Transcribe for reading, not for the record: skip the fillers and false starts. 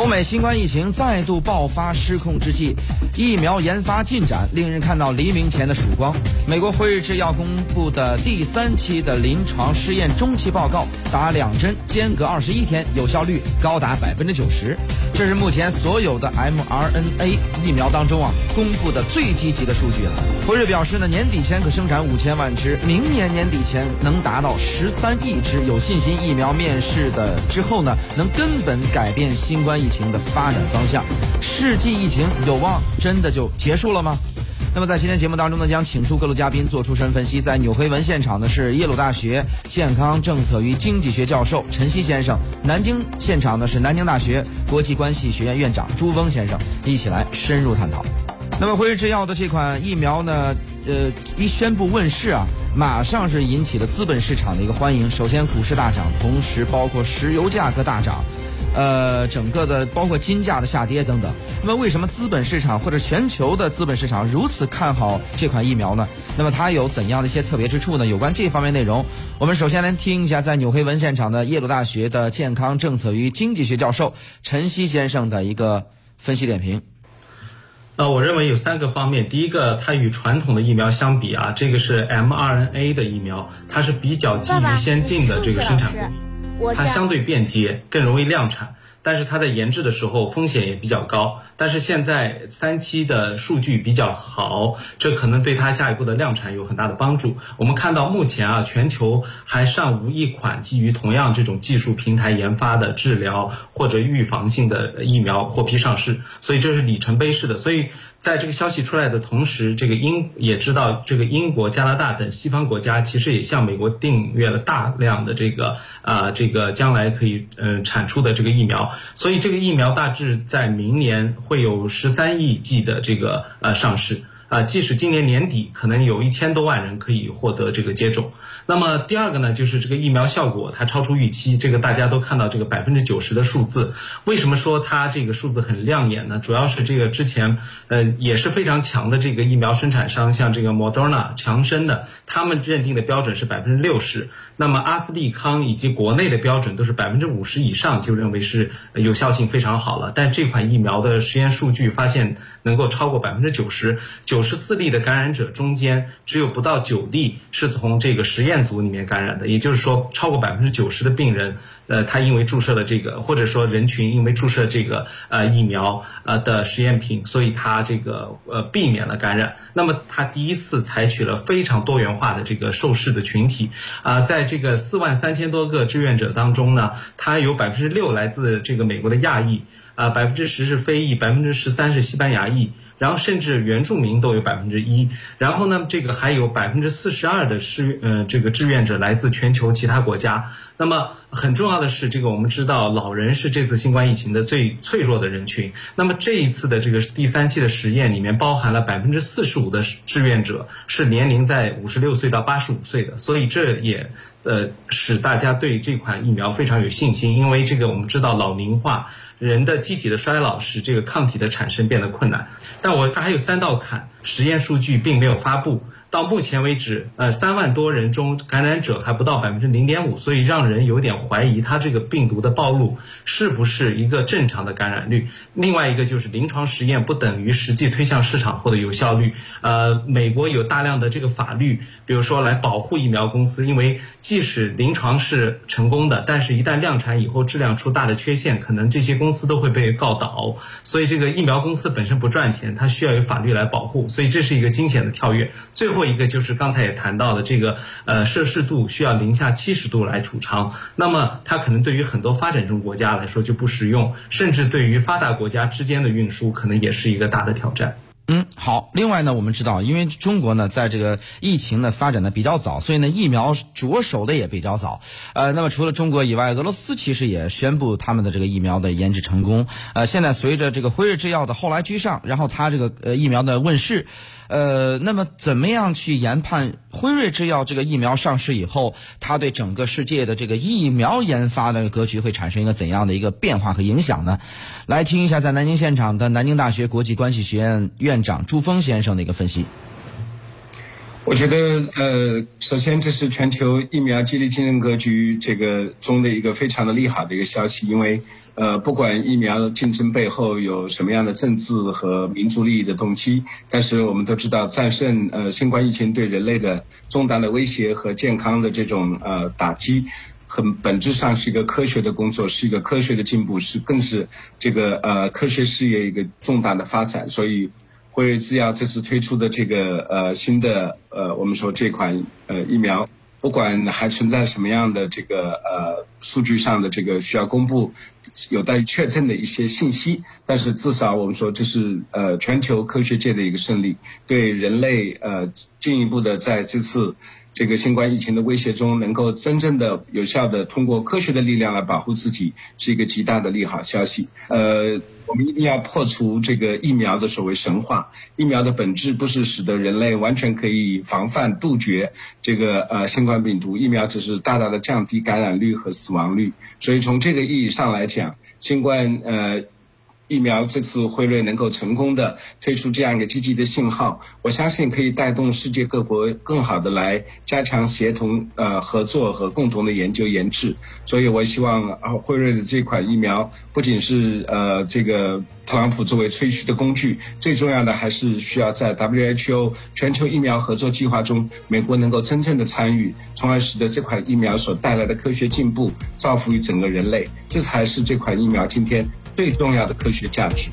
欧美新冠疫情再度爆发失控之际，疫苗研发进展令人看到黎明前的曙光。美国辉瑞制药公布的第3期的临床试验中期报告，打2针间隔21天，有效率高达90%。这是目前所有的 mRNA 疫苗当中公布的最积极的数据了。辉瑞表示呢，年底前可生产5000万支，明年年底前能达到13亿支，有信心疫苗面世的之后呢，能根本改变新冠疫情的发展方向。世纪疫情有望真的就结束了吗？那么在今天节目当中呢，将请出各路嘉宾做出深分析。在纽黑文现场呢是耶鲁大学健康政策与经济学教授陈希先生，南京现场呢是南京大学国际关系学院院长朱峰先生，一起来深入探讨。那么辉瑞制药的这款疫苗呢，一宣布问世马上是引起了资本市场的一个欢迎。首先股市大涨，同时包括石油价格大涨。整个的包括金价的下跌等等。那么为什么资本市场或者全球的资本市场如此看好这款疫苗呢？那么它有怎样的一些特别之处呢？有关这方面内容，我们首先来听一下在纽黑文现场的耶鲁大学的健康政策与经济学教授陈希先生的一个分析点评。 我认为有3个方面。第一个，它与传统的疫苗相比这个是 mRNA 的疫苗，它是比较基于先进的这个生产工艺，它相对便捷，更容易量产，但是它在研制的时候风险也比较高。但是现在3期的数据比较好，这可能对它下一步的量产有很大的帮助。我们看到目前全球还尚无一款基于同样这种技术平台研发的治疗或者预防性的疫苗获批上市，所以这是里程碑式的。所以在这个消息出来的同时，这个也知道这个英国、加拿大等西方国家其实也向美国订阅了大量的这个将来可以产出的这个疫苗，所以这个疫苗大致在明年会有13亿剂的这个上市。即使今年年底可能有1000多万人可以获得这个接种。那么第二个呢，就是这个疫苗效果它超出预期，这个大家都看到这个90%的数字。为什么说它这个数字很亮眼呢？主要是这个之前也是非常强的这个疫苗生产商，像这个 Moderna 强生的，他们认定的标准是60%，那么阿斯利康以及国内的标准都是50%以上，就认为是有效性非常好了。但这款疫苗的实验数据发现能够超过90%，94例的感染者中间只有不到9例是从这个实验组里面感染的，也就是说超过90%的病人他因为注射了这个，或者说人群因为注射这个疫苗的实验品，所以他这个避免了感染。那么他第一次采取了非常多元化的这个受试的群体在这个43000多个志愿者当中呢，他有6%来自这个美国的亚裔，10%是非裔，13%是西班牙裔，然后甚至原住民都有1%，然后呢，这个还有42%的这个志愿者来自全球其他国家。那么很重要的是，这个我们知道老人是这次新冠疫情的最脆弱的人群。那么这一次的这个第3期的实验里面包含了45%的志愿者是年龄在56岁到85岁的，所以这也使大家对这款疫苗非常有信心，因为这个我们知道老龄化。人的机体的衰老使这个抗体的产生变得困难，但它还有3道坎，实验数据并没有发布。到目前为止，3万多人中感染者还不到0.5%，所以让人有点怀疑它这个病毒的暴露是不是一个正常的感染率。另外一个就是临床实验不等于实际推向市场后的有效率。美国有大量的这个法律，比如说来保护疫苗公司，因为即使临床是成功的，但是一旦量产以后质量出大的缺陷，可能这些公司都会被告倒。所以这个疫苗公司本身不赚钱，它需要有法律来保护，所以这是一个惊险的跳跃。最后一个就是刚才也谈到的这个摄氏度需要零下70度来储藏，那么它可能对于很多发展中国家来说就不实用，甚至对于发达国家之间的运输可能也是一个大的挑战。 好。另外呢，我们知道，因为中国呢，在这个疫情呢发展的比较早，所以呢，疫苗着手的也比较早。那么除了中国以外，俄罗斯其实也宣布他们的这个疫苗的研制成功。现在随着这个辉瑞制药的后来居上，然后它这个疫苗的问世。那么怎么样去研判辉瑞制药这个疫苗上市以后，它对整个世界的这个疫苗研发的格局会产生一个怎样的一个变化和影响呢？来听一下在南京现场的南京大学国际关系学院院长朱峰先生的一个分析。 我觉得首先这是全球疫苗激励竞争格局这个中的一个非常的利好的一个消息，因为不管疫苗竞争背后有什么样的政治和民族利益的动机，但是我们都知道，战胜新冠疫情对人类的重大的威胁和健康的这种打击，很本质上是一个科学的工作，是一个科学的进步，更是这个科学事业一个重大的发展。所以辉瑞制药这次推出的这个新的我们说这款疫苗，不管还存在什么样的这个数据上的这个需要公布有待于确证的一些信息，但是至少我们说这是全球科学界的一个胜利，对人类进一步的在这次这个新冠疫情的威胁中，能够真正的有效的通过科学的力量来保护自己，是一个极大的利好消息。我们一定要破除这个疫苗的所谓神话。疫苗的本质不是使得人类完全可以防范杜绝这个新冠病毒，疫苗只是大大的降低感染率和死亡率。所以从这个意义上来讲，新冠疫苗这次辉瑞能够成功的推出这样一个积极的信号，我相信可以带动世界各国更好的来加强协同合作和共同的研究研制。所以我希望辉瑞的这款疫苗不仅是这个特朗普作为吹嘘的工具，最重要的还是需要在 WHO 全球疫苗合作计划中，美国能够真正的参与，从而使得这款疫苗所带来的科学进步造福于整个人类，这才是这款疫苗今天最重要的科学价值。